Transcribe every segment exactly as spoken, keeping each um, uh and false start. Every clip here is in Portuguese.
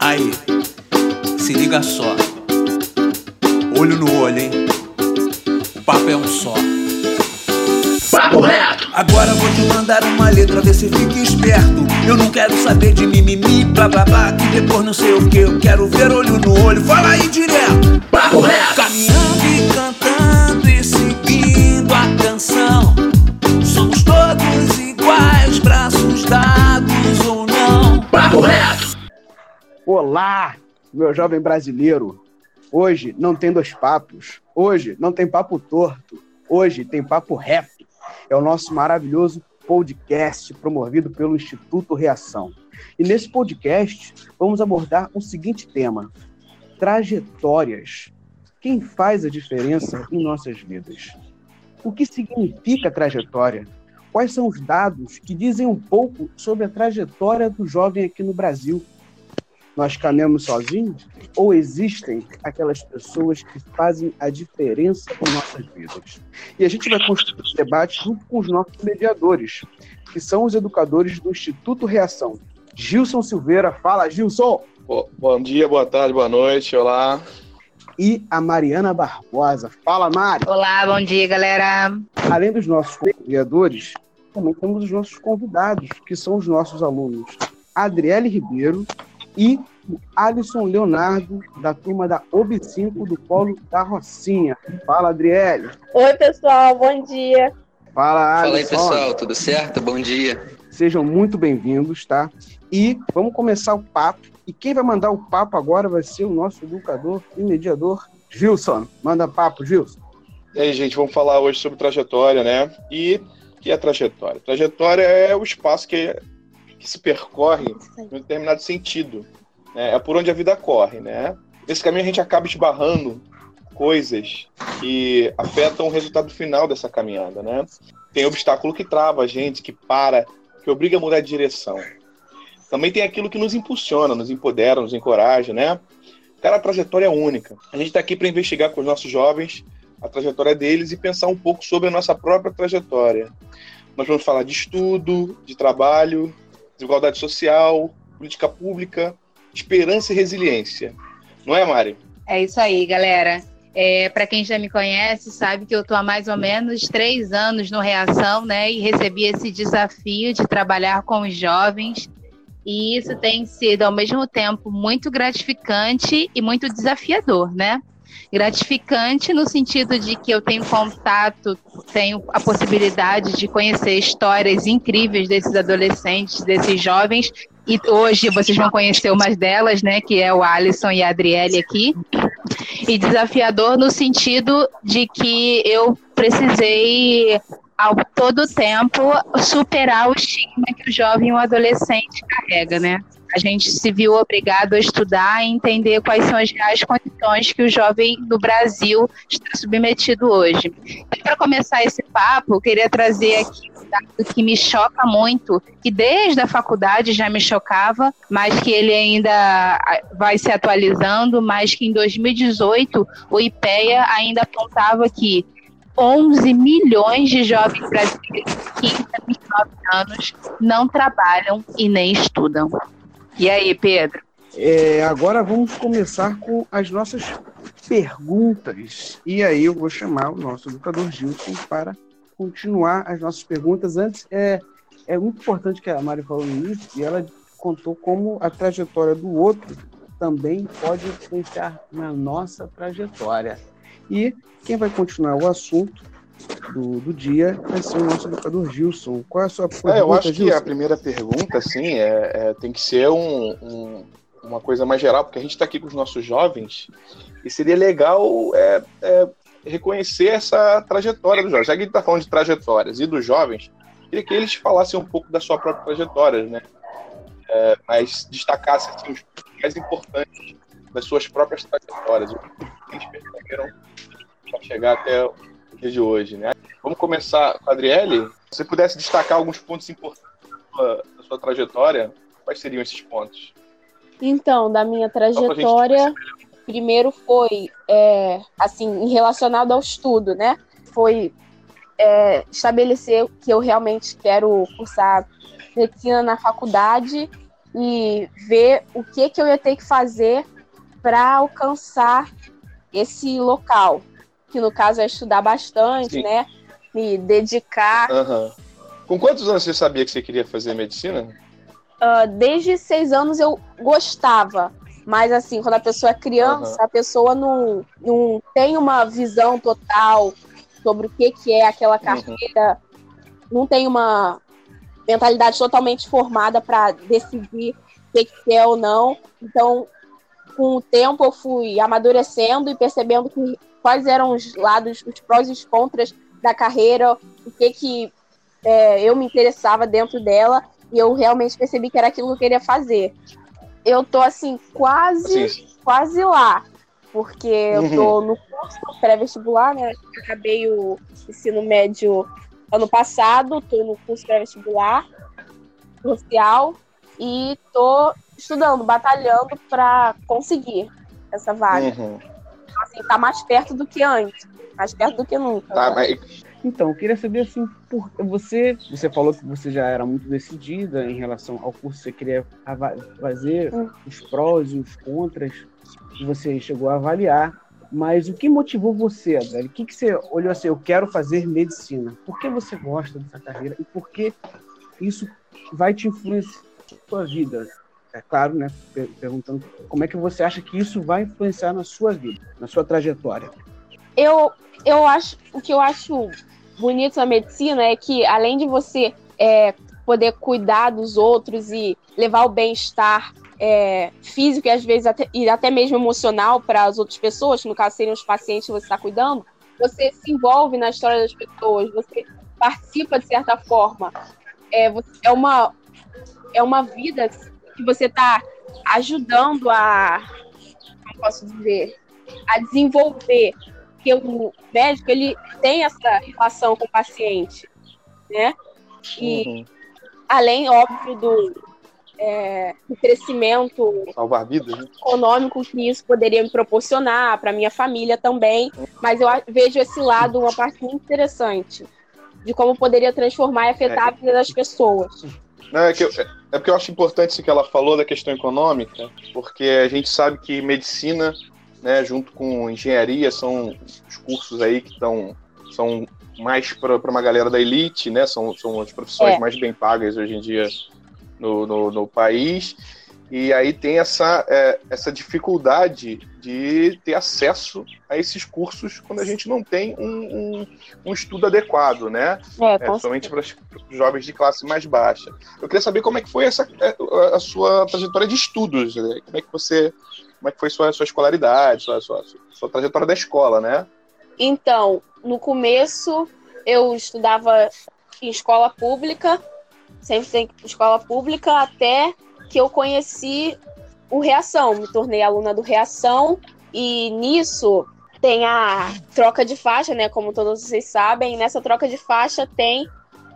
Aí, se liga só. Olho no olho, hein? O papo é um só. Papo reto! Agora vou te mandar uma letra, vê se fica esperto. Eu não quero saber de mimimi, blá blá blá, que depois não sei o que. Eu quero ver olho no olho, fala aí direto. Papo reto! Caminhando e cantando e seguindo a canção. Somos todos iguais, braços dados ou não. Papo reto! Olá, meu jovem brasileiro. Hoje não tem dois papos. Hoje não tem papo torto. Hoje tem papo reto. É o nosso maravilhoso podcast promovido pelo Instituto Reação. E nesse podcast vamos abordar o seguinte tema: trajetórias. Quem faz a diferença em nossas vidas? O que significa trajetória? Quais são os dados que dizem um pouco sobre a trajetória do jovem aqui no Brasil? Nós caminhamos sozinhos ou existem aquelas pessoas que fazem a diferença em nossas vidas? E a gente vai construir esse debate junto com os nossos mediadores, que são os educadores do Instituto Reação. Gilson Silveira, fala Gilson! Bo- bom dia, boa tarde, boa noite, olá. E a Mariana Barbosa, fala Mari! Olá, bom dia galera! Além dos nossos mediadores, também temos os nossos convidados, que são os nossos alunos. Adriele Ribeiro e o Alisson Leonardo, da turma da O B cinco do Polo da Rocinha. Fala, Adriele. Oi, pessoal, bom dia. Fala, Alisson. Fala aí, pessoal, tudo certo? Bom dia. Sejam muito bem-vindos, tá? E vamos começar o papo. E quem vai mandar o papo agora vai ser o nosso educador e mediador, Gilson. Manda papo, Gilson. E aí, gente, vamos falar hoje sobre trajetória, né? E o que é trajetória? Trajetória é o espaço que que se percorre em um determinado sentido, né? É por onde a vida corre, né? Nesse caminho a gente acaba esbarrando coisas que afetam o resultado final dessa caminhada, né? Tem obstáculo que trava a gente, que para, que obriga a mudar de direção. Também tem aquilo que nos impulsiona, nos empodera, nos encoraja, né? Cada trajetória é única. A gente está aqui para investigar com os nossos jovens a trajetória deles e pensar um pouco sobre a nossa própria trajetória. Nós vamos falar de estudo, de trabalho, desigualdade social, política pública, esperança e resiliência. Não é, Mari? É isso aí, galera. É, para quem já me conhece, sabe que eu estou há mais ou menos três anos no Reação, né? E recebi esse desafio de trabalhar com os jovens. E isso tem sido, ao mesmo tempo, muito gratificante e muito desafiador, né? Gratificante no sentido de que eu tenho contato, tenho a possibilidade de conhecer histórias incríveis desses adolescentes, desses jovens, e hoje vocês vão conhecer umas delas, né, que é o Alisson e a Adriele aqui, e desafiador no sentido de que eu precisei, ao todo tempo, superar o estigma que o jovem e o adolescente carrega, né? A gente se viu obrigado a estudar e entender quais são as reais condições que o jovem do Brasil está submetido hoje. E para começar esse papo, eu queria trazer aqui um dado que me choca muito, que desde a faculdade já me chocava, mas que ele ainda vai se atualizando, mas que em dois mil e dezoito o IPEA ainda apontava que onze milhões de jovens brasileiros de quinze a vinte e nove anos não trabalham e nem estudam. E aí, Pedro? É, agora vamos começar com as nossas perguntas. E aí eu vou chamar o nosso educador Gilson para continuar as nossas perguntas. Antes, é, é muito importante que a Mari falou no início, e ela contou como a trajetória do outro também pode influenciar na nossa trajetória. E quem vai continuar o assunto do, do dia vai ser o nosso educador Gilson. Qual é a sua pergunta, É, eu acho Gilson? que a primeira pergunta, assim, é, é, tem que ser um, um, uma coisa mais geral, porque a gente está aqui com os nossos jovens e seria legal é, é, reconhecer essa trajetória dos jovens. Já que a gente está falando de trajetórias e dos jovens, queria que eles falassem um pouco da sua própria trajetória, né? É, mas destacassem assim, os pontos mais importantes das suas próprias trajetórias, o que eles perceberam para chegar até o dia de hoje, né? Vamos começar com a Adriele. Se você pudesse destacar alguns pontos importantes da sua, da sua trajetória, quais seriam esses pontos? Então, da minha trajetória, primeiro foi, é, assim, relacionado ao estudo, né? Foi é, estabelecer que eu realmente quero cursar medicina na faculdade e ver o que, que eu ia ter que fazer para alcançar esse local, que no caso é estudar bastante, Sim. né? Me dedicar. Uhum. Com quantos anos você sabia que você queria fazer medicina? Uh, desde seis anos eu gostava, mas assim, quando a pessoa é criança, uhum. a pessoa não, não tem uma visão total sobre o que, que é aquela carreira, uhum. não tem uma mentalidade totalmente formada para decidir o que, que é ou não. Então, com o tempo eu fui amadurecendo e percebendo que, quais eram os lados, os prós e os contras da carreira, o que, que é, eu me interessava dentro dela, e eu realmente percebi que era aquilo que eu queria fazer. Eu tô, assim, quase, Sim. quase lá, porque eu tô no curso pré-vestibular, né? Acabei o ensino médio ano passado, tô no curso pré-vestibular social e tô estudando, batalhando para conseguir essa vaga. Uhum. Então, assim, tá mais perto do que antes, mais perto do que nunca. Tá, mas... Então, eu queria saber, assim, por você, você falou que você já era muito decidida em relação ao curso que você queria fazer, hum. os prós e os contras que você chegou a avaliar, mas o que motivou você, Adriele? O que, que você olhou assim, eu quero fazer medicina? Por que você gosta dessa carreira e por que isso vai te influenciar na sua vida? É claro, né? Perguntando como é que você acha que isso vai influenciar na sua vida, na sua trajetória. Eu, eu acho, o que eu acho bonito na medicina é que, além de você é, poder cuidar dos outros e levar o bem-estar é, físico e às vezes até, e até mesmo emocional para as outras pessoas, que no caso seriam os pacientes que você está cuidando, você se envolve na história das pessoas, você participa de certa forma. É, é, uma, é uma vida que você está ajudando a, como posso dizer, a desenvolver, porque o médico ele tem essa relação com o paciente, né? E uhum. além, óbvio, do, é, do crescimento salvar vidas, né? econômico que isso poderia me proporcionar para minha família também, mas eu vejo esse lado uma parte muito interessante de como poderia transformar e afetar é. a vida das pessoas. Não, é, que eu, é porque eu acho importante isso que ela falou da questão econômica, porque a gente sabe que medicina, né, junto com engenharia, são os cursos aí que estão são mais para uma galera da elite, né, são, são as profissões é. mais bem pagas hoje em dia no, no, no país, e aí tem essa, é, essa dificuldade de ter acesso a esses cursos quando a gente não tem um, um, um estudo adequado, né? É, é, somente para os jovens de classe mais baixa. Eu queria saber como é que foi essa, a, a sua trajetória de estudos, né? Como é que você, como é que foi sua, sua escolaridade, sua, sua, sua trajetória da escola, né? Então, no começo eu estudava em escola pública, sempre em escola pública, até que eu conheci o Reação, me tornei aluna do Reação, e nisso tem a troca de faixa, né, como todos vocês sabem, e nessa troca de faixa tem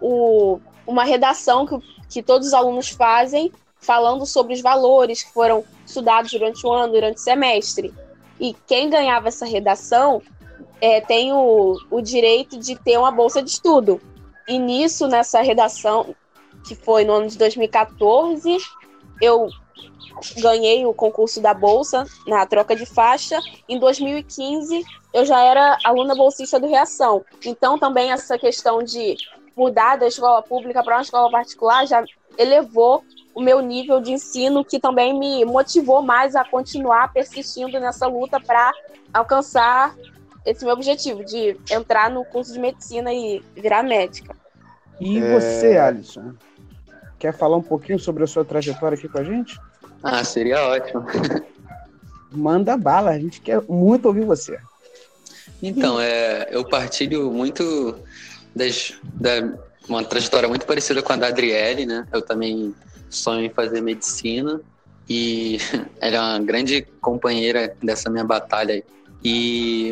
o, uma redação que, que todos os alunos fazem, falando sobre os valores que foram estudados durante o ano, durante o semestre. E quem ganhava essa redação é, tem o, o direito de ter uma bolsa de estudo. E nisso, nessa redação, que foi no ano de dois mil e catorze, eu ganhei o concurso da bolsa na troca de faixa. Em dois mil e quinze, eu já era aluna bolsista do Reação. Então, também essa questão de mudar da escola pública para uma escola particular já elevou o meu nível de ensino, que também me motivou mais a continuar persistindo nessa luta para alcançar esse meu objetivo, de entrar no curso de medicina e virar médica. E você, Alisson? Quer falar um pouquinho sobre a sua trajetória aqui com a gente? Ah, seria ótimo. Manda bala, a gente quer muito ouvir você. Então, é, eu partilho muito das, da uma trajetória muito parecida com a da Adriele, né? Eu também sonho em fazer medicina e ela é uma grande companheira dessa minha batalha. E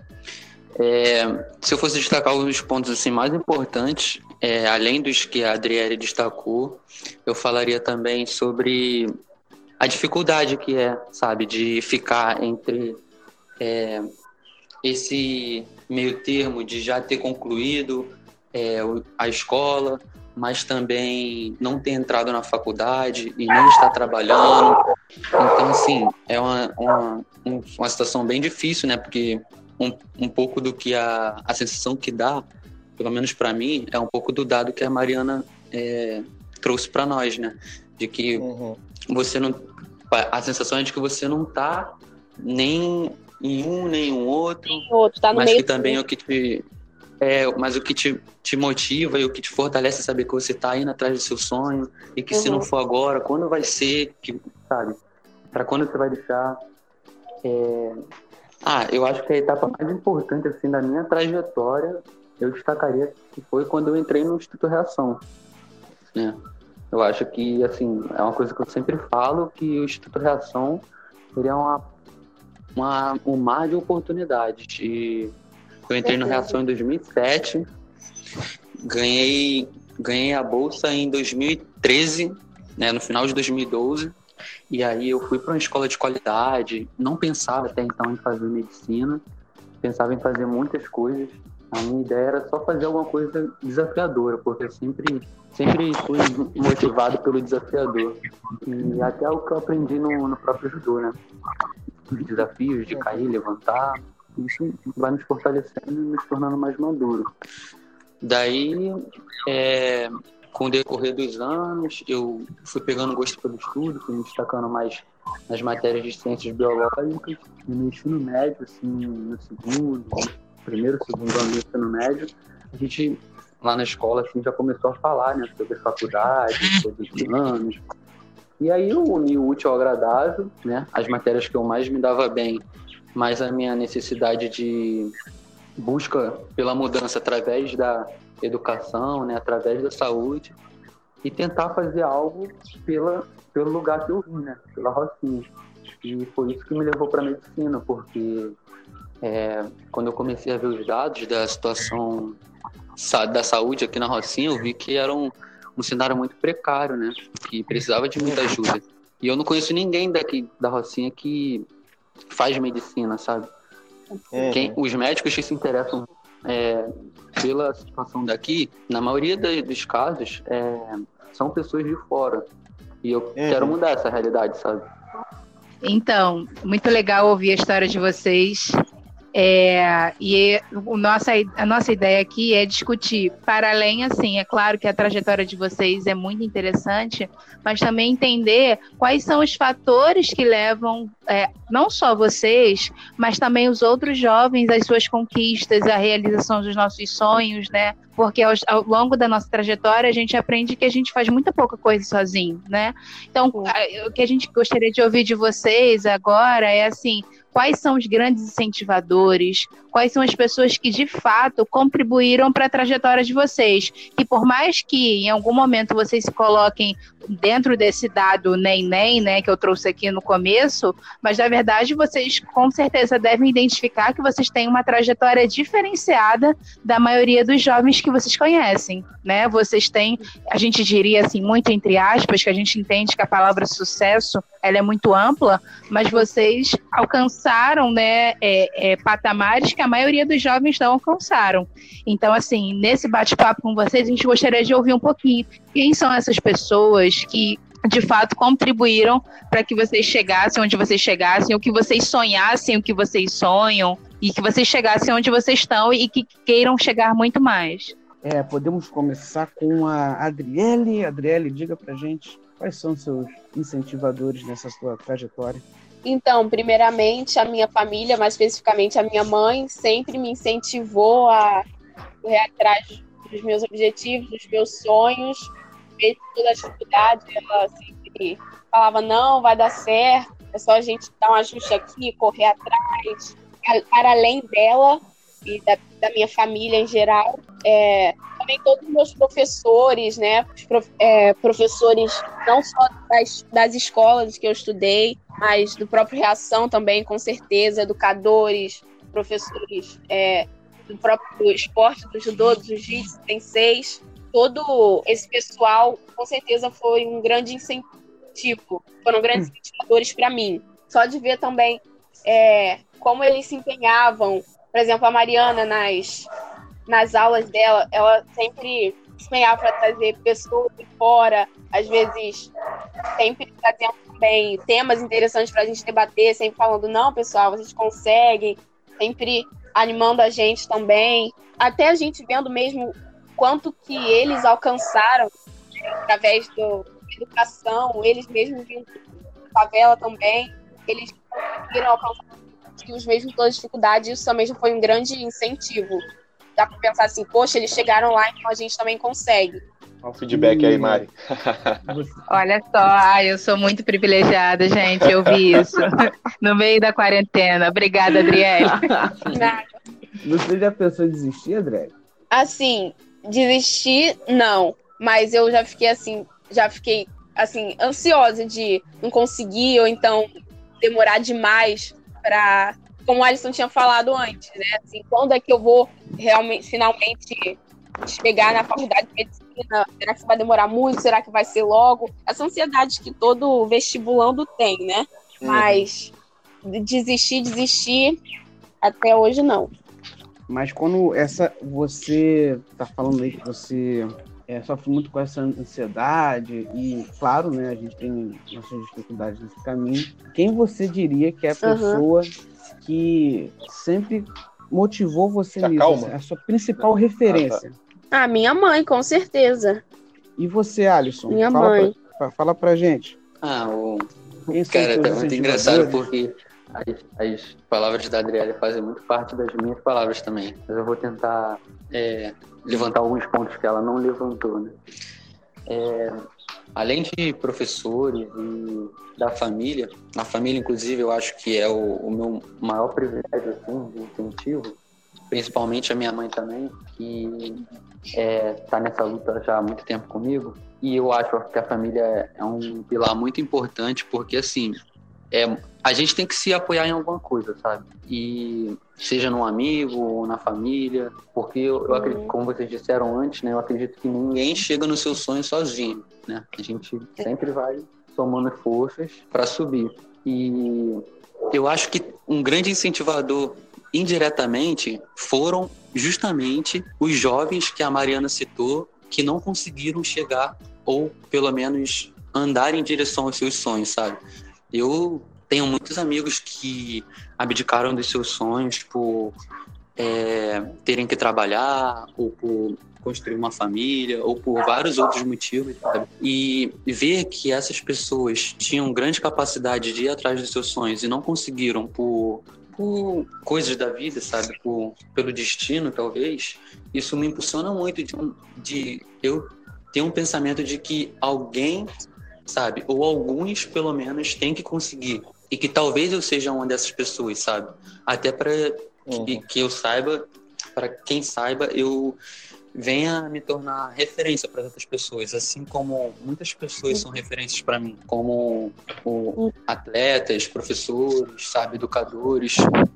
é, se eu fosse destacar alguns pontos assim, mais importantes, é, além dos que a Adriele destacou, eu falaria também sobre a dificuldade que é, sabe, de ficar entre é, esse meio termo de já ter concluído é, a escola, mas também não ter entrado na faculdade e nem estar trabalhando. Então, assim, é uma, uma, uma situação bem difícil, né? Porque um, um pouco do que a, a sensação que dá, pelo menos para mim, é um pouco do dado que a Mariana é, trouxe para nós, né? De que uhum. você não... A sensação é de que você não está nem em um, nem em um outro, outro tá no mas meio que também é o que te... É, mas o que te, te motiva e o que te fortalece é saber que você está indo atrás do seu sonho e que uhum. se não for agora, quando vai ser, que, sabe? Para quando você vai deixar. É... Ah, eu acho que a etapa mais importante assim, da minha trajetória, eu destacaria que foi quando eu entrei no Instituto Reação. Né? Eu acho que, assim, é uma coisa que eu sempre falo, que o Instituto Reação ele é uma, uma, um mar de oportunidades. E eu entrei no Reação em dois mil e sete, ganhei, ganhei a bolsa em dois mil e treze, né, no final de dois mil e doze, e aí eu fui para uma escola de qualidade, não pensava até então em fazer medicina, pensava em fazer muitas coisas. A minha ideia era só fazer alguma coisa desafiadora, porque eu sempre, sempre fui motivado pelo desafiador. E até o que eu aprendi no, no próprio judô, né? Os desafios de cair, levantar, isso vai nos fortalecendo e nos tornando mais maduro. Daí, é, com o decorrer dos anos, eu fui pegando gosto pelo estudo, fui me destacando mais nas matérias de ciências biológicas, e no ensino médio, assim, no segundo, primeiro, segundo ano do ensino médio, a gente, lá na escola, assim, já começou a falar, né, sobre faculdade, sobre planos. E aí eu uni o útil ao agradável, né, as matérias que eu mais me dava bem, mas a minha necessidade de busca pela mudança através da educação, né, através da saúde, e tentar fazer algo pela, pelo lugar que eu vim, né, pela Rocinha. E foi isso que me levou para a medicina, porque é, quando eu comecei a ver os dados da situação da saúde aqui na Rocinha, eu vi que era um, um cenário muito precário, né, que precisava de muita ajuda. E eu não conheço ninguém daqui da Rocinha que faz medicina, sabe? Uhum. Quem, os médicos que se interessam é, pela situação daqui, na maioria das, dos casos, é, são pessoas de fora. E eu uhum. quero mudar essa realidade, sabe? Então, muito legal ouvir a história de vocês. É, e o nossa, a nossa ideia aqui é discutir, para além, assim, é claro que a trajetória de vocês é muito interessante, mas também entender quais são os fatores que levam, é, não só vocês, mas também os outros jovens às suas conquistas, à realização dos nossos sonhos, né? Porque ao, ao longo da nossa trajetória a gente aprende que a gente faz muita pouca coisa sozinho, né? Então, a, o que a gente gostaria de ouvir de vocês agora é assim, quais são os grandes incentivadores, quais são as pessoas que de fato contribuíram para a trajetória de vocês, que por mais que em algum momento vocês se coloquem dentro desse dado nem-nem, né, que eu trouxe aqui no começo, mas na verdade vocês com certeza devem identificar que vocês têm uma trajetória diferenciada da maioria dos jovens que vocês conhecem, né? Vocês têm, a gente diria assim, muito entre aspas, que a gente entende que a palavra sucesso, ela é muito ampla, mas vocês alcançaram, né, é, é, patamares que a maioria dos jovens não alcançaram. Então, assim, nesse bate-papo com vocês, a gente gostaria de ouvir um pouquinho quem são essas pessoas que, de fato, contribuíram para que vocês chegassem onde vocês chegassem, o que vocês sonhassem, o que vocês sonham, e que vocês chegassem onde vocês estão e que queiram chegar muito mais. É, podemos começar com a Adriele. Adriele, diga pra gente quais são os seus incentivadores nessa sua trajetória. Então, primeiramente, a minha família, mais especificamente a minha mãe, sempre me incentivou a correr atrás dos meus objetivos, dos meus sonhos, mesmo toda a dificuldade. Ela sempre falava, não, vai dar certo, é só a gente dar um ajuste aqui, correr atrás. Para além dela e da, da minha família em geral, é, também todos os meus professores, né, os prof, é, professores não só das, das escolas que eu estudei, mas do próprio Reação também, com certeza, educadores, professores é, do próprio esporte, do judô, do jiu-jitsu, senseis, todo esse pessoal, com certeza, foi um grande incentivo, foram grandes hum. incentivadores para mim. Só de ver também é, como eles se empenhavam, por exemplo, a Mariana, nas, nas aulas dela, ela sempre empenhava para trazer pessoas de fora, às vezes sempre trazendo também temas interessantes para a gente debater, sempre falando, não, pessoal, vocês conseguem, sempre animando a gente também, até a gente vendo mesmo quanto que eles alcançaram, né, através do, da educação, eles mesmos vindo da favela também, eles conseguiram alcançar os mesmos todas as dificuldades, isso também já foi um grande incentivo. Dá para pensar assim, poxa, eles chegaram lá, então a gente também consegue. Olha o feedback aí, Mari. Olha só, ai, eu sou muito privilegiada, gente, eu vi isso no meio da quarentena. Obrigada, Adriele. Nada. Você já pensou em desistir, Adriele? Assim, desistir, não. Mas eu já fiquei assim, já fiquei assim, ansiosa de não conseguir, ou então demorar demais para, como o Alisson tinha falado antes, né? Assim, quando é que eu vou realmente, finalmente chegar na faculdade de medicina? Será que vai demorar muito? Será que vai ser logo? Essa ansiedade que todo vestibulando tem, né? Uhum. Mas desistir, desistir, até hoje não. Mas quando essa, você tá falando aí que você é, sofre muito com essa ansiedade e, claro, né, a gente tem nossas dificuldades nesse caminho. Quem você diria que é a pessoa uhum. que sempre motivou você Se nisso? acalma. Assim, a sua principal referência? Ah, minha mãe, com certeza. E você, Alisson? Minha fala mãe. Pra, fala pra gente. Ah, o... Quem são Cara, seus tá muito engraçado incentivadores? porque as, as palavras da Adriele fazem muito parte das minhas palavras também. Mas eu vou tentar é, levantar alguns pontos que ela não levantou, né? É, além de professores e da família, na família, inclusive, eu acho que é o, o meu maior privilégio, assim, de incentivo, principalmente a minha mãe também, que está é, nessa luta já há muito tempo comigo. E eu acho que a família é um pilar muito importante, porque, assim, é, a gente tem que se apoiar em alguma coisa, sabe? E seja num amigo ou na família, porque eu, eu acredito, como vocês disseram antes, né? Eu acredito que ninguém chega no seu sonho sozinho, né? A gente sempre vai somando forças para subir. E eu acho que um grande incentivador, indiretamente, foram justamente os jovens que a Mariana citou, que não conseguiram chegar ou, pelo menos, andar em direção aos seus sonhos, sabe? Eu tenho muitos amigos que abdicaram dos seus sonhos por é, terem que trabalhar, ou por construir uma família, ou por vários outros motivos, sabe? E ver que essas pessoas tinham grande capacidade de ir atrás dos seus sonhos e não conseguiram por, por coisas da vida, sabe? Por, pelo destino, talvez. Isso me impulsiona muito de, de eu ter um pensamento de que alguém, sabe? Ou alguns, pelo menos, têm que conseguir. E que talvez eu seja uma dessas pessoas, sabe? Até para uhum. que, que eu saiba, para quem saiba, eu venha me tornar referência para outras pessoas, assim como muitas pessoas são referências para mim, como o, atletas, professores, sabe, educadores,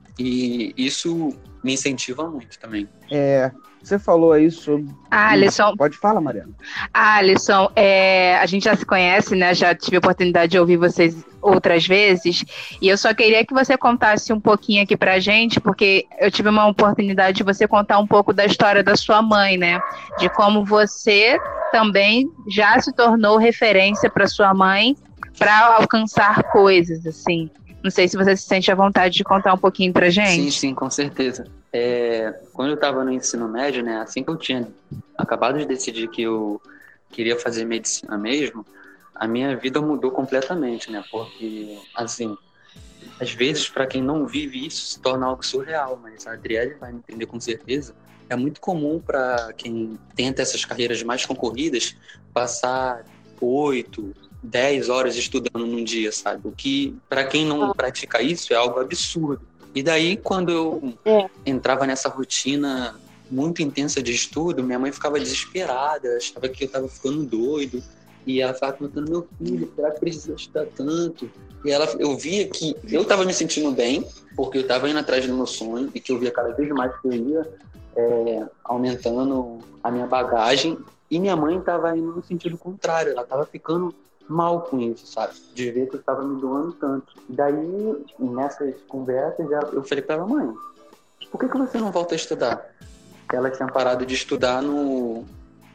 e isso me incentiva muito também. É, você falou aí sobre... Ah, Alisson. Pode falar, Mariana. Ah, Alisson, é, a gente já se conhece, né? Já tive a oportunidade de ouvir vocês outras vezes, e eu só queria que você contasse um pouquinho aqui pra gente, porque eu tive uma oportunidade de você contar um pouco da história da sua mãe, né? De como você também já se tornou referência para sua mãe para alcançar coisas, assim. Não sei se você se sente à vontade de contar um pouquinho pra gente. Sim, sim, com certeza. É, quando eu estava no ensino médio, né, assim que eu tinha acabado de decidir que eu queria fazer medicina mesmo, a minha vida mudou completamente, né? Porque, assim, às vezes, para quem não vive isso, se torna algo surreal, mas a Adriele vai me entender com certeza. É muito comum para quem tenta essas carreiras mais concorridas passar oito, dez horas estudando num dia, sabe? O que, para quem não pratica isso, é algo absurdo. E daí, quando eu é. entrava nessa rotina muito intensa de estudo, minha mãe ficava desesperada, achava que eu estava ficando doido. E ela ficava perguntando, meu filho, será que precisa estudar tanto? E ela, eu via que eu estava me sentindo bem, porque eu estava indo atrás do meu sonho, e que eu via cada vez mais que eu ia é, aumentando a minha bagagem. E minha mãe estava indo no sentido contrário, ela estava ficando mal com isso, sabe? De ver que eu estava me doando tanto. Daí, nessas conversas, eu falei para ela, mãe, por que, que você não volta a estudar? Ela tinha parado de estudar no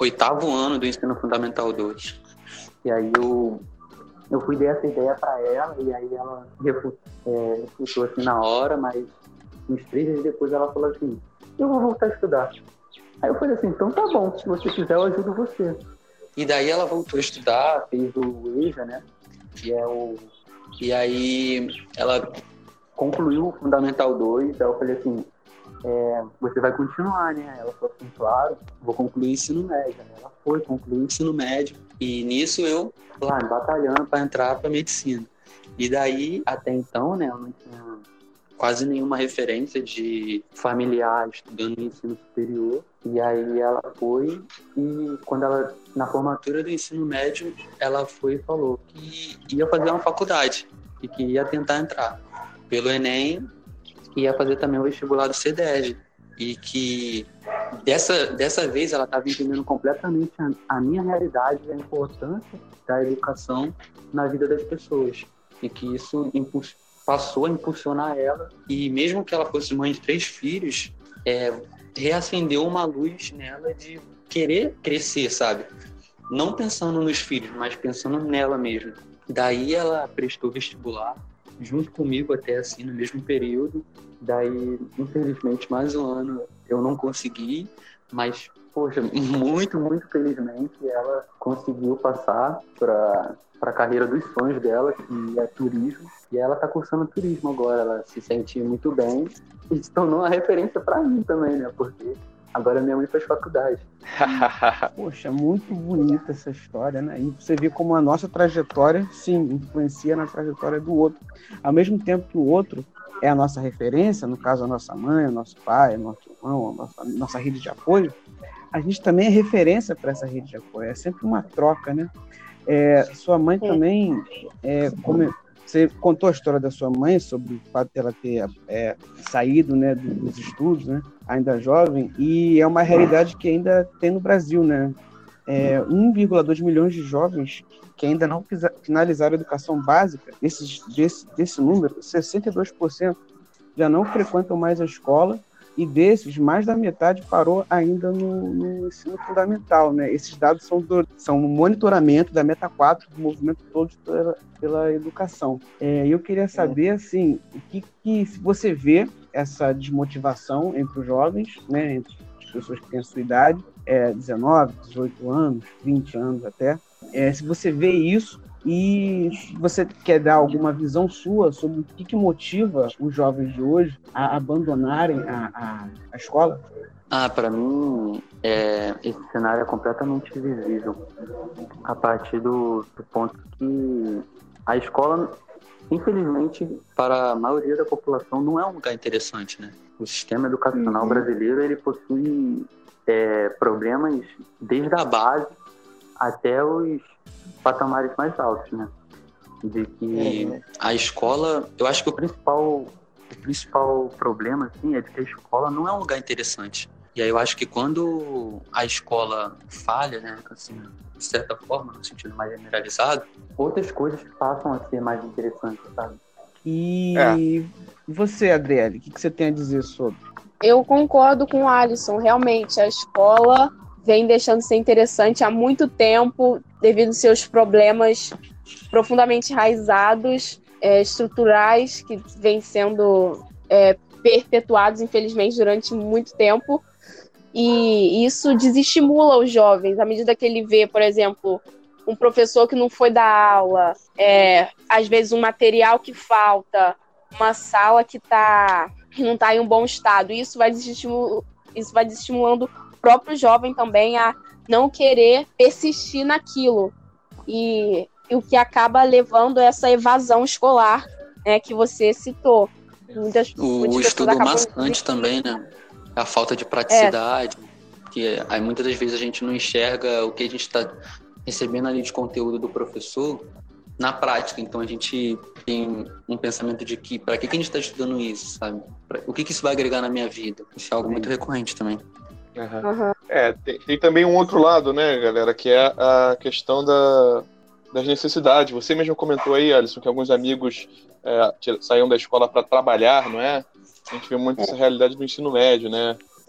oitavo ano do ensino fundamental dois. E aí eu, eu fui dar essa ideia para ela, e aí ela refutou, é, refutou assim na hora, mas uns três dias depois ela falou assim, eu vou voltar a estudar. Aí eu falei assim, então tá bom, se você quiser eu ajudo você. E daí ela voltou a estudar, fez o E J A, né? Que é o... E aí ela concluiu o Fundamental dois, aí eu falei assim, é, você vai continuar, né? Ela falou assim, claro, vou concluir o ensino médio. Ela foi, concluiu o ensino médio. E nisso eu, lá, batalhando para entrar para medicina. E daí, até então, né, eu não tinha quase nenhuma referência de familiar estudando no ensino superior. E aí ela foi e quando ela, na formatura do ensino médio, ela foi e falou que ia fazer uma faculdade e que ia tentar entrar pelo Enem e ia fazer também o vestibular do CEDERJ. E que dessa, dessa vez ela estava entendendo completamente a, a minha realidade e a importância da educação na vida das pessoas. E que isso impuls, passou a impulsionar ela. E mesmo que ela fosse mãe de três filhos, é, reacendeu uma luz nela de querer crescer, sabe? Não pensando nos filhos, mas pensando nela mesmo. Daí ela prestou vestibular, junto comigo até assim, no mesmo período. Daí, infelizmente, mais um ano eu não consegui, mas, poxa, muito, muito felizmente ela conseguiu passar para a carreira dos sonhos dela, que é turismo, e ela está cursando turismo agora. Ela se sente muito bem e se tornou uma referência para mim também, né? Porque agora minha mãe faz faculdade. Poxa, muito bonita essa história, né? E você vê como a nossa trajetória, sim, influencia na trajetória do outro. Ao mesmo tempo que o outro é a nossa referência, no caso a nossa mãe, o nosso pai, o nosso irmão, a nossa, nossa rede de apoio, a gente também é referência para essa rede de apoio. É sempre uma troca, né? É, sua mãe também, é, como você contou a história da sua mãe sobre o fato dela ter é, saído, né, dos estudos, né, ainda jovem, e é uma realidade que ainda tem no Brasil, né? É, um vírgula dois milhões de jovens que ainda não finalizaram a educação básica, desses, desse, desse número, sessenta e dois por cento já não frequentam mais a escola, e desses, mais da metade parou ainda no, no ensino fundamental, né? Esses dados são, do, são um monitoramento da Meta quatro, do movimento todo pela, pela educação. É, eu queria saber, assim, o que, que você vê essa desmotivação entre os jovens, né? Entre as pessoas que têm a sua idade, é, dezenove, dezoito anos, vinte anos até, é, se você vê isso e se você quer dar alguma visão sua sobre o que, que motiva os jovens de hoje a abandonarem a, a, a escola. Ah, para mim, é, esse cenário é completamente visível a partir do, do ponto que a escola, infelizmente, para a maioria da população, não é um lugar interessante, né? O sistema educacional uhum. brasileiro, ele possui é, problemas desde a base até os patamares mais altos, né? De que é. a escola, eu acho que o principal, o principal problema, assim, é de que a escola não é um lugar interessante. E aí eu acho que quando a escola falha, né, assim, de certa forma, no sentido mais generalizado, outras coisas passam a ser mais interessantes, sabe? E é. você, Adriele, o que, que você tem a dizer sobre? Eu concordo com o Alisson, realmente, a escola vem deixando de ser interessante há muito tempo, devido aos seus problemas profundamente enraizados, é, estruturais, que vêm sendo é, perpetuados, infelizmente, durante muito tempo. E isso desestimula os jovens, à medida que ele vê, por exemplo, um professor que não foi dar aula, é, às vezes um material que falta, uma sala que, tá, que não está em um bom estado. Isso vai desestimulando, isso vai desestimulando o próprio jovem também a não querer persistir naquilo. E, e o que acaba levando a essa evasão escolar, né, que você citou. Muitas, o muitas estudo maçante também, né? A falta de praticidade, é. que aí muitas das vezes a gente não enxerga o que a gente está recebendo ali de conteúdo do professor na prática. Então a gente tem um pensamento de que para que, que a gente está estudando isso, sabe? Pra, o que, que isso vai agregar na minha vida? Isso é algo muito recorrente também. Uhum. Uhum. É, tem, tem também um outro lado, né, galera, que é a questão da, das necessidades. Você mesmo comentou aí, Alisson, que alguns amigos é, saíam da escola para trabalhar, não é? A gente vê muito essa realidade do ensino médio, né?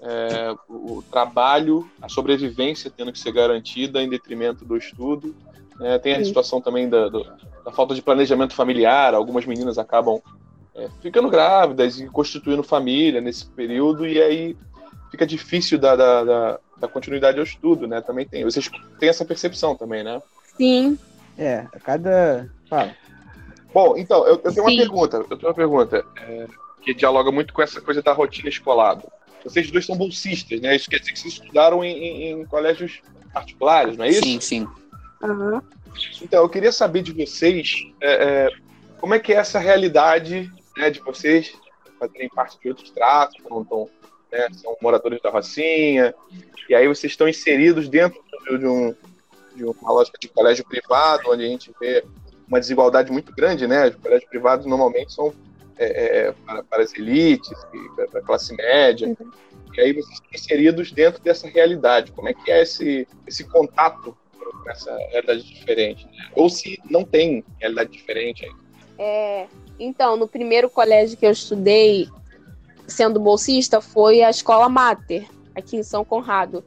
é, o, o trabalho, a sobrevivência tendo que ser garantida em detrimento do estudo. É, tem a Sim. situação também da, do, da falta de planejamento familiar. Algumas meninas acabam é, ficando grávidas e constituindo família nesse período, e aí fica difícil da, da, da, da continuidade ao estudo, né? Também tem. Vocês têm essa percepção também, né? Sim. É, a cada... Fala. Bom, então, eu, eu tenho Sim. uma pergunta. Eu tenho uma pergunta é, que dialoga muito com essa coisa da rotina escolar. Vocês dois são bolsistas, né? Isso quer dizer que vocês estudaram em, em, em colégios particulares, não é isso? Sim, sim. Uhum. Então, eu queria saber de vocês é, é, como é que é essa realidade, né, de vocês fazerem parte de outros tratos, não tão, né, são moradores da Rocinha, e aí vocês estão inseridos dentro de, um, de uma lógica de colégio privado, onde a gente vê uma desigualdade muito grande, né? Os colégios privados normalmente são é, é, para, para as elites, para a classe média, uhum. E aí vocês estão inseridos dentro dessa realidade. Como é que é esse, esse contato com essa realidade diferente? Né? Ou se não tem realidade diferente aí? É, então, no primeiro colégio que eu estudei, sendo bolsista, foi a Escola Mater, aqui em São Conrado.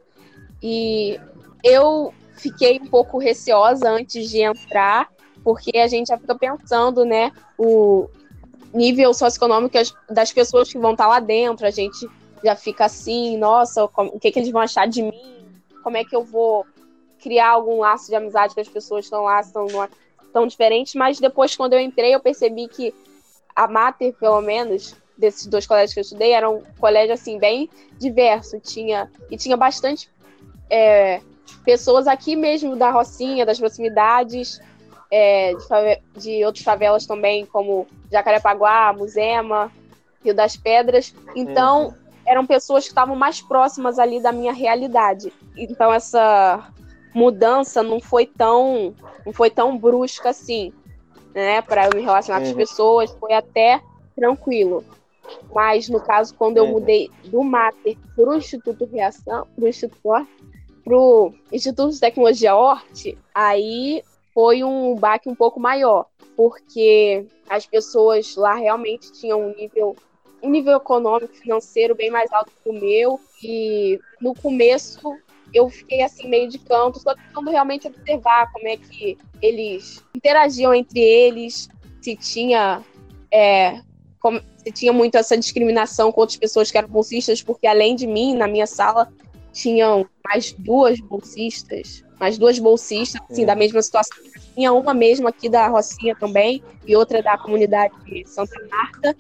E eu fiquei um pouco receosa antes de entrar, porque a gente já fica pensando, né, o nível socioeconômico das pessoas que vão estar lá dentro. A gente já fica assim, nossa, o que, que eles vão achar de mim? Como é que eu vou criar algum laço de amizade com as pessoas que estão lá, estão numa, tão diferentes? Mas depois, quando eu entrei, eu percebi que a Mater, pelo menos, desses dois colégios que eu estudei, era um colégio, assim, bem diverso. Tinha, e tinha bastante é, pessoas aqui mesmo da Rocinha, das proximidades, é, de, fave- de outras favelas também, como Jacarepaguá, Muzema, Rio das Pedras. Então, uhum. eram pessoas que estavam mais próximas ali da minha realidade. Então, essa mudança não foi tão, não foi tão brusca assim, né, para eu me relacionar uhum. com as pessoas, foi até tranquilo. Mas, no caso, quando eu mudei do Mater para o Instituto Reação, para o Instituto, pro Instituto de Tecnologia Hort, aí foi um baque um pouco maior, porque as pessoas lá realmente tinham um nível, um nível econômico, financeiro bem mais alto que o meu, e no começo eu fiquei assim meio de canto, só tentando realmente observar como é que eles interagiam entre eles, se tinha... É, como, se tinha muito essa discriminação com outras pessoas que eram bolsistas, porque além de mim, na minha sala, tinham mais duas bolsistas, mais duas bolsistas, assim, é. da mesma situação. Tinha uma mesmo aqui da Rocinha também, e outra da comunidade de Santa Marta.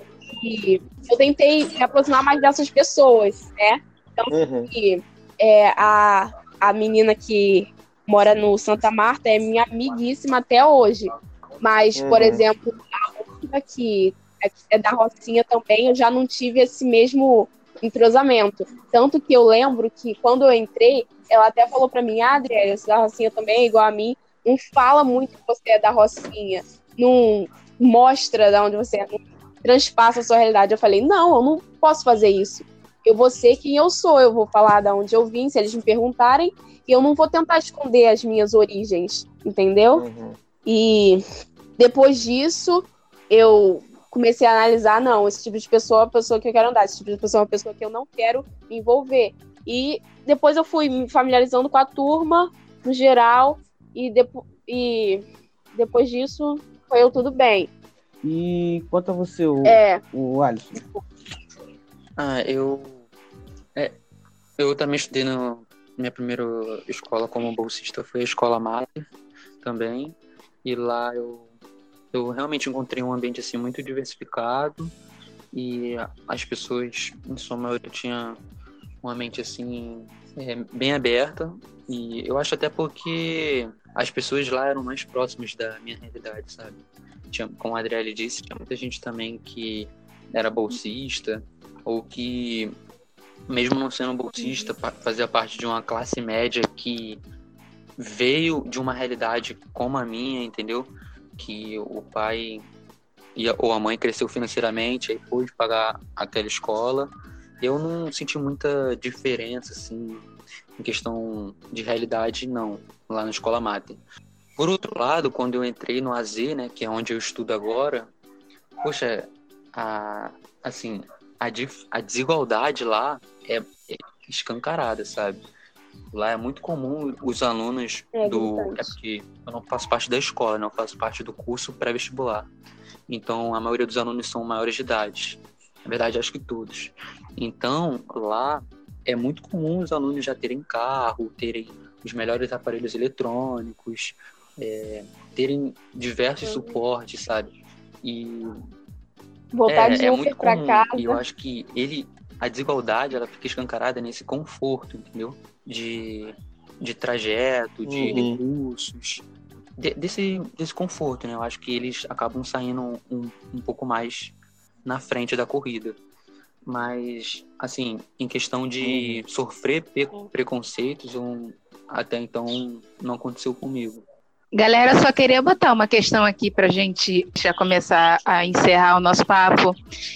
E eu tentei me aproximar mais dessas pessoas, né? Então, uhum. que, é, a, a menina que mora no Santa Marta é minha amiguíssima até hoje. Mas, uhum. por exemplo, a outra que é da Rocinha também, eu já não tive esse mesmo entrosamento. Tanto que eu lembro que quando eu entrei, ela até falou pra mim: ah, Adriele, você é da Rocinha também, igual a mim, não fala muito que você é da Rocinha, não mostra de onde você é, não transpassa a sua realidade. Eu falei: não, eu não posso fazer isso. Eu vou ser quem eu sou, eu vou falar de onde eu vim, se eles me perguntarem, e eu não vou tentar esconder as minhas origens, entendeu? Uhum. E depois disso, eu comecei a analisar, não, esse tipo de pessoa é uma pessoa que eu quero andar, esse tipo de pessoa é uma pessoa que eu não quero me envolver. E depois eu fui me familiarizando com a turma, no geral, e, depo- e depois disso, foi eu tudo bem. E quanto a você, o, é. o Alisson? Ah, eu... É, eu também estudei na minha primeira escola como bolsista, foi a Escola Mater também, e lá eu Eu realmente encontrei um ambiente assim muito diversificado e as pessoas, em sua maioria, tinham uma mente assim é, bem aberta, e eu acho até porque as pessoas lá eram mais próximas da minha realidade, sabe? Tinha, como a Adriele disse, tinha muita gente também que era bolsista ou que, mesmo não sendo bolsista, fazia parte de uma classe média que veio de uma realidade como a minha, entendeu? Que o pai e a, ou a mãe cresceu financeiramente, aí pôde pagar aquela escola. Eu não senti muita diferença, assim, em questão de realidade, não, lá na Escola Mater. Por outro lado, quando eu entrei no A Z, né, que é onde eu estudo agora, poxa, a, assim, a, dif- a desigualdade lá é, é escancarada, sabe? Lá é muito comum os alunos É do... gritante. É porque eu não faço parte da escola, não faço parte do curso pré-vestibular. Então, a maioria dos alunos são maiores de idade. Na verdade, acho que todos. Então, lá é muito comum os alunos já terem carro, terem os melhores aparelhos eletrônicos, é, terem diversos Uhum. suportes, sabe? E Voltar é, de é Uber muito pra comum. casa. E eu acho que ele, a desigualdade, ela fica escancarada nesse conforto, entendeu? De, de trajeto, de Uhum. recursos, de- desse, desse conforto, né? Eu acho que eles acabam saindo um, um pouco mais na frente da corrida. Mas, assim, em questão de sofrer pe- preconceitos, eu, até então não aconteceu comigo. Galera, só queria botar uma questão aqui para a gente já começar a encerrar o nosso papo.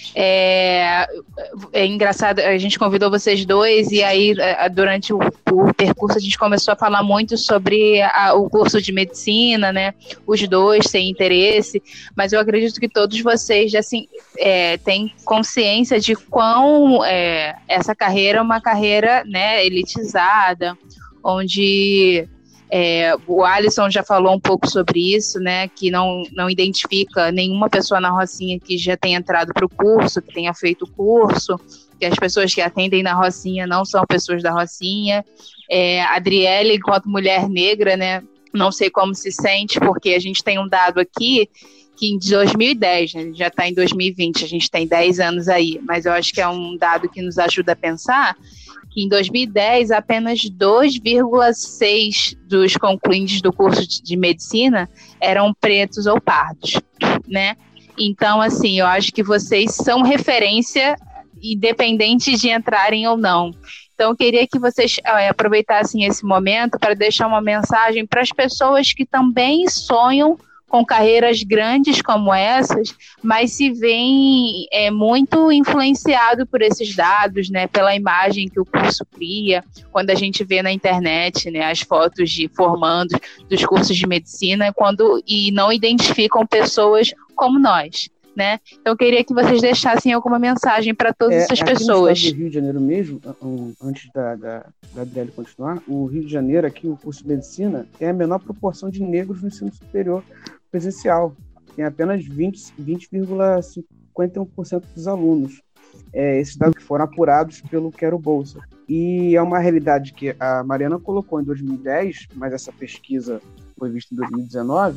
É, é engraçado, a gente convidou vocês dois e aí é, durante o, o percurso a gente começou a falar muito sobre a, o curso de medicina, né? Os dois têm interesse, mas eu acredito que todos vocês assim, é, têm consciência de quão é, essa carreira é uma carreira, né, elitizada, onde... É, o Alisson já falou um pouco sobre isso, né, que não, não identifica nenhuma pessoa na Rocinha que já tenha entrado para o curso, que tenha feito o curso, que as pessoas que atendem na Rocinha não são pessoas da Rocinha. É, a Adriele, enquanto mulher negra, né, não sei como se sente, porque a gente tem um dado aqui que em dois mil e dez, né, já está em dois mil e vinte, a gente tem dez anos aí, mas eu acho que é um dado que nos ajuda a pensar que em dois mil e dez apenas dois vírgula seis dos concluintes do curso de medicina eram pretos ou pardos, né? Então, assim, eu acho que vocês são referência independente de entrarem ou não. Então, eu queria que vocês é, aproveitassem esse momento para deixar uma mensagem para as pessoas que também sonham com carreiras grandes como essas, mas se veem é, muito influenciado por esses dados, né, pela imagem que o curso cria, quando a gente vê na internet, né, as fotos de formandos dos cursos de medicina, quando, e não identificam pessoas como nós, né? Então eu queria que vocês deixassem alguma mensagem para todas É, essas aqui pessoas. No estado do Rio de Janeiro mesmo, um, antes da, da, da Adriele continuar, o Rio de Janeiro, aqui o curso de medicina, tem a menor proporção de negros no ensino superior presencial. Tem apenas vinte vírgula cinquenta e um por cento dos alunos. É, esses dados que foram apurados pelo Quero Bolsa. E é uma realidade que a Mariana colocou em dois mil e dez, mas essa pesquisa foi vista em dois mil e dezenove,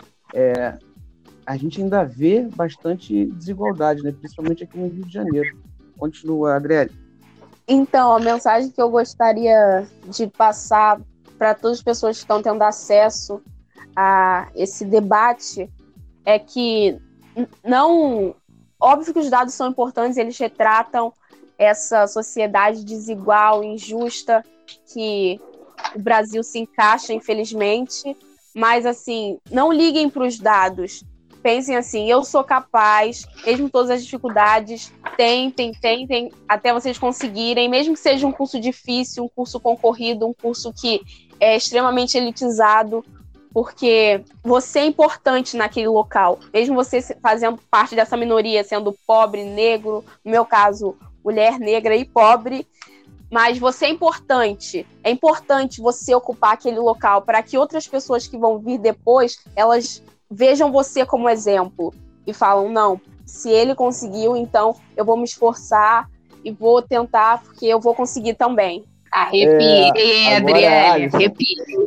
é, a gente ainda vê bastante desigualdade, né? Principalmente aqui no Rio de Janeiro. Continua, Adriele. Então, a mensagem que eu gostaria de passar para todas as pessoas que estão tendo acesso a esse debate é que não... Óbvio que os dados são importantes, eles retratam essa sociedade desigual, injusta, que o Brasil se encaixa, infelizmente, mas, assim, não liguem para os dados. Pensem assim, eu sou capaz, mesmo todas as dificuldades, tentem, tentem, até vocês conseguirem, mesmo que seja um curso difícil, um curso concorrido, um curso que é extremamente elitizado, porque você é importante naquele local, mesmo você fazendo parte dessa minoria, sendo pobre, negro, no meu caso, mulher negra e pobre, mas você é importante, é importante você ocupar aquele local para que outras pessoas que vão vir depois, elas vejam você como exemplo e falam, não, se ele conseguiu, então eu vou me esforçar e vou tentar, porque eu vou conseguir também. Arrepiei, É, agora, Adriele, Alisson. arrepiei.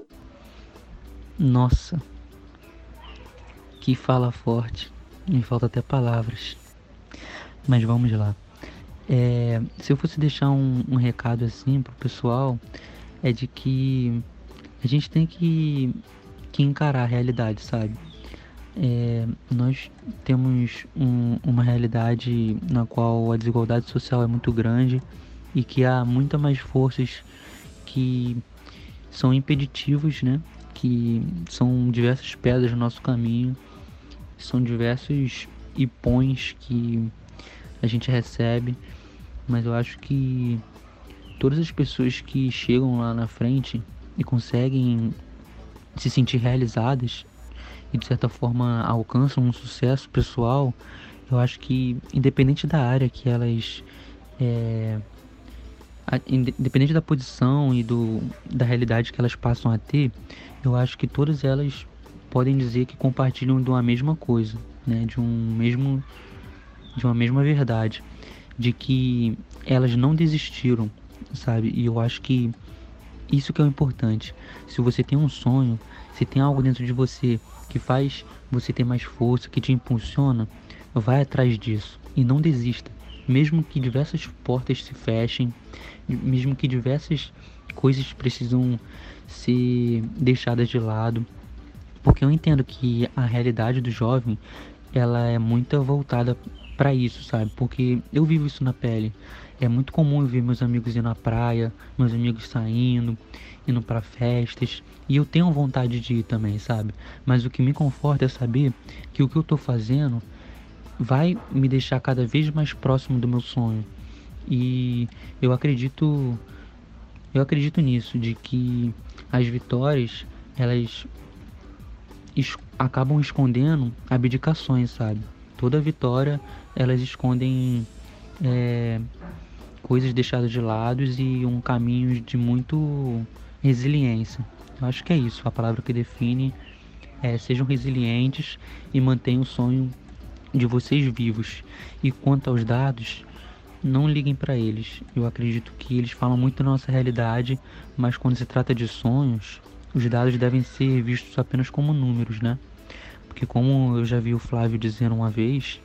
Nossa, que fala forte, me falta até palavras, mas vamos lá. É, se eu fosse deixar um, um recado assim pro pessoal, é de que a gente tem que, que encarar a realidade, sabe? É, nós temos um, uma realidade na qual a desigualdade social é muito grande e que há muitas mais forças que são impeditivos, né? Que são diversas pedras no nosso caminho, são diversos ipões que a gente recebe, mas eu acho que todas as pessoas que chegam lá na frente e conseguem se sentir realizadas e de certa forma alcançam um sucesso pessoal, Eu acho que, independente da área que elas... É, a, independente da posição e do, da realidade que elas passam a ter, eu acho que todas elas podem dizer que compartilham de uma mesma coisa, né? De um mesmo, de uma mesma verdade, de que elas não desistiram, sabe? E eu acho que isso que é o importante. Se você tem um sonho, se tem algo dentro de você que faz você ter mais força, que te impulsiona, vai atrás disso e não desista. Mesmo que diversas portas se fechem, mesmo que diversas coisas precisam ser deixadas de lado, porque eu entendo que a realidade do jovem, ela é muito voltada para isso, sabe? Porque eu vivo isso na pele. É muito comum eu ver meus amigos indo na praia, meus amigos saindo, indo para festas, e eu tenho vontade de ir também, sabe? Mas o que me conforta é saber que o que eu tô fazendo vai me deixar cada vez mais próximo do meu sonho. E eu acredito, eu acredito nisso, de que as vitórias, elas es- acabam escondendo abdicações, sabe? Toda vitória, elas escondem é, coisas deixadas de lado e um caminho de muito resiliência. Eu acho que é isso, a palavra que define é: sejam resilientes e mantenham o sonho de vocês vivos. E quanto aos dados, não liguem para eles. Eu acredito que eles falam muito da nossa realidade, mas quando se trata de sonhos, os dados devem ser vistos apenas como números, né? Porque, como eu já vi o Flávio dizendo uma vez,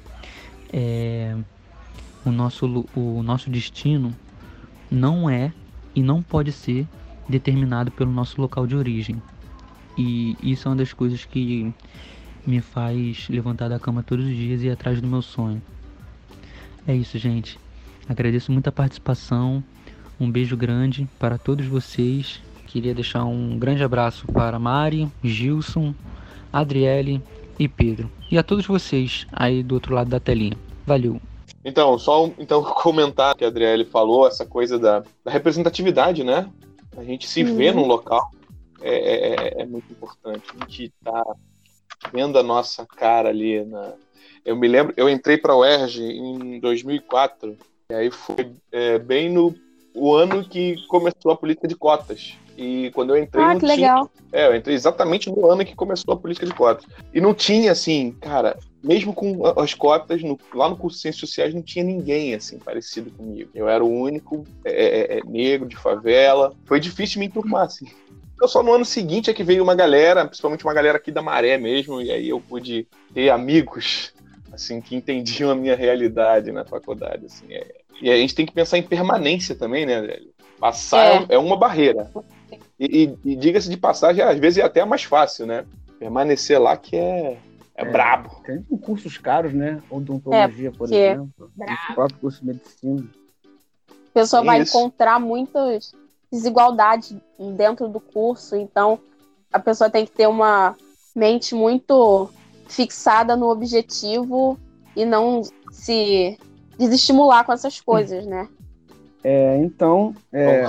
é, o, nosso, o nosso destino não é e não pode ser determinado pelo nosso local de origem. E isso é uma das coisas que me faz levantar da cama todos os dias e ir atrás do meu sonho. É isso, gente. Agradeço muito a participação. Um beijo grande para todos vocês. Queria deixar um grande abraço para Mari, Gilson, Adriele e Pedro. E a todos vocês aí do outro lado da telinha. Valeu. Então, só um, então, comentar que a Adriele falou, essa coisa da, da representatividade, né? A gente se uhum. vê num local é, é, é muito importante. A gente tá vendo a nossa cara ali. Na... Eu me lembro, eu entrei para a U E R J em dois mil e quatro, e aí foi é, bem no o ano que começou a política de cotas. E quando eu entrei... Ah, não que tinha... legal. É, eu entrei exatamente no ano que começou a política de cotas. E não tinha, assim, cara, mesmo com as cotas, no, lá no curso de Ciências Sociais não tinha ninguém, assim, parecido comigo. Eu era o único é, é, negro de favela. Foi difícil me enturmar, assim. Então, só no ano seguinte é que veio uma galera, principalmente uma galera aqui da Maré mesmo, e aí eu pude ter amigos, assim, que entendiam a minha realidade na faculdade, assim. É. E a gente tem que pensar em permanência também, né, velho? Passar é, é uma barreira. E, e, e diga-se de passagem, às vezes é até mais fácil, né? Permanecer lá que é, é, é brabo. Tem cursos caros, né? Odontologia, é, por exemplo. O próprio curso de medicina. A pessoa é vai isso. encontrar muitas desigualdades dentro do curso, então a pessoa tem que ter uma mente muito fixada no objetivo e não se desestimular com essas coisas, né? É, então, é,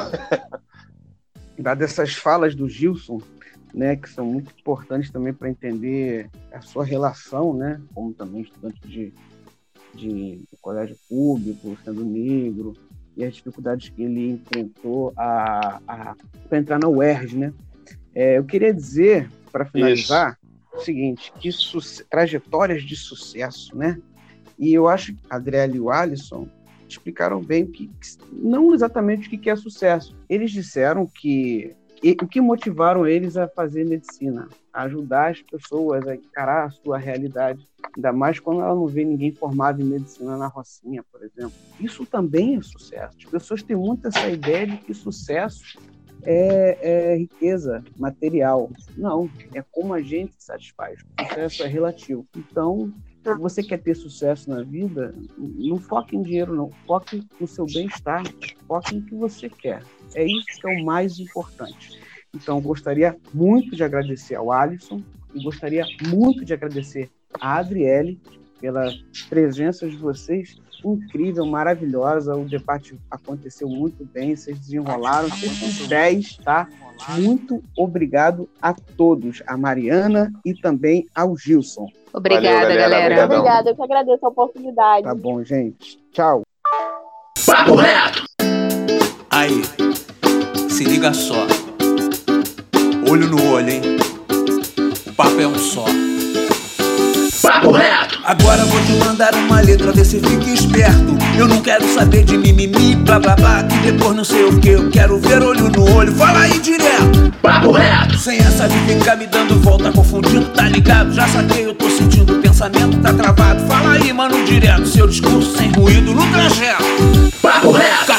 dadas essas falas do Gilson, né, que são muito importantes também para entender a sua relação, né, como também estudante de, de, de colégio público, sendo negro, e as dificuldades que ele enfrentou a, a, para entrar na U E R J, né? É, eu queria dizer, para finalizar, Isso. o seguinte, que su- trajetórias de sucesso, né? E eu acho que a Adriele e o Alisson explicaram bem que, não exatamente o que é sucesso. Eles disseram que e, o que motivaram eles a fazer medicina, a ajudar as pessoas a encarar a sua realidade, ainda mais quando ela não vê ninguém formado em medicina na Rocinha, por exemplo. Isso também é sucesso. As pessoas têm muito essa ideia de que sucesso é, é riqueza material. Não, é como a gente se satisfaz. O sucesso é relativo. Então, se você quer ter sucesso na vida, não foque em dinheiro, não. Foque no seu bem-estar. Foque no que você quer. É isso que é o mais importante. Então, eu gostaria muito de agradecer ao Alisson e gostaria muito de agradecer a Adriele pela presença de vocês. Incrível, maravilhosa. O debate aconteceu muito bem, vocês desenrolaram, vocês são dez, tá? Muito obrigado a todos, a Mariana e também ao Gilson. Obrigada, Valeu, galera. galera. Obrigada, eu que agradeço a oportunidade. Tá bom, gente. Tchau. Papo reto! Aí, se liga só. Olho no olho, hein? O papo é um só. Papo reto! Agora vou te mandar uma letra, vê se fica esperto. Eu não quero saber de mimimi, blá blá blá, que depois não sei o que. Eu quero ver olho no olho, fala aí direto. Papo reto! Sem essa de ficar me dando volta, confundindo, tá ligado? Já saquei, eu tô sentindo, o pensamento tá travado. Fala aí, mano, direto, seu discurso sem ruído no trajeto. Papo reto!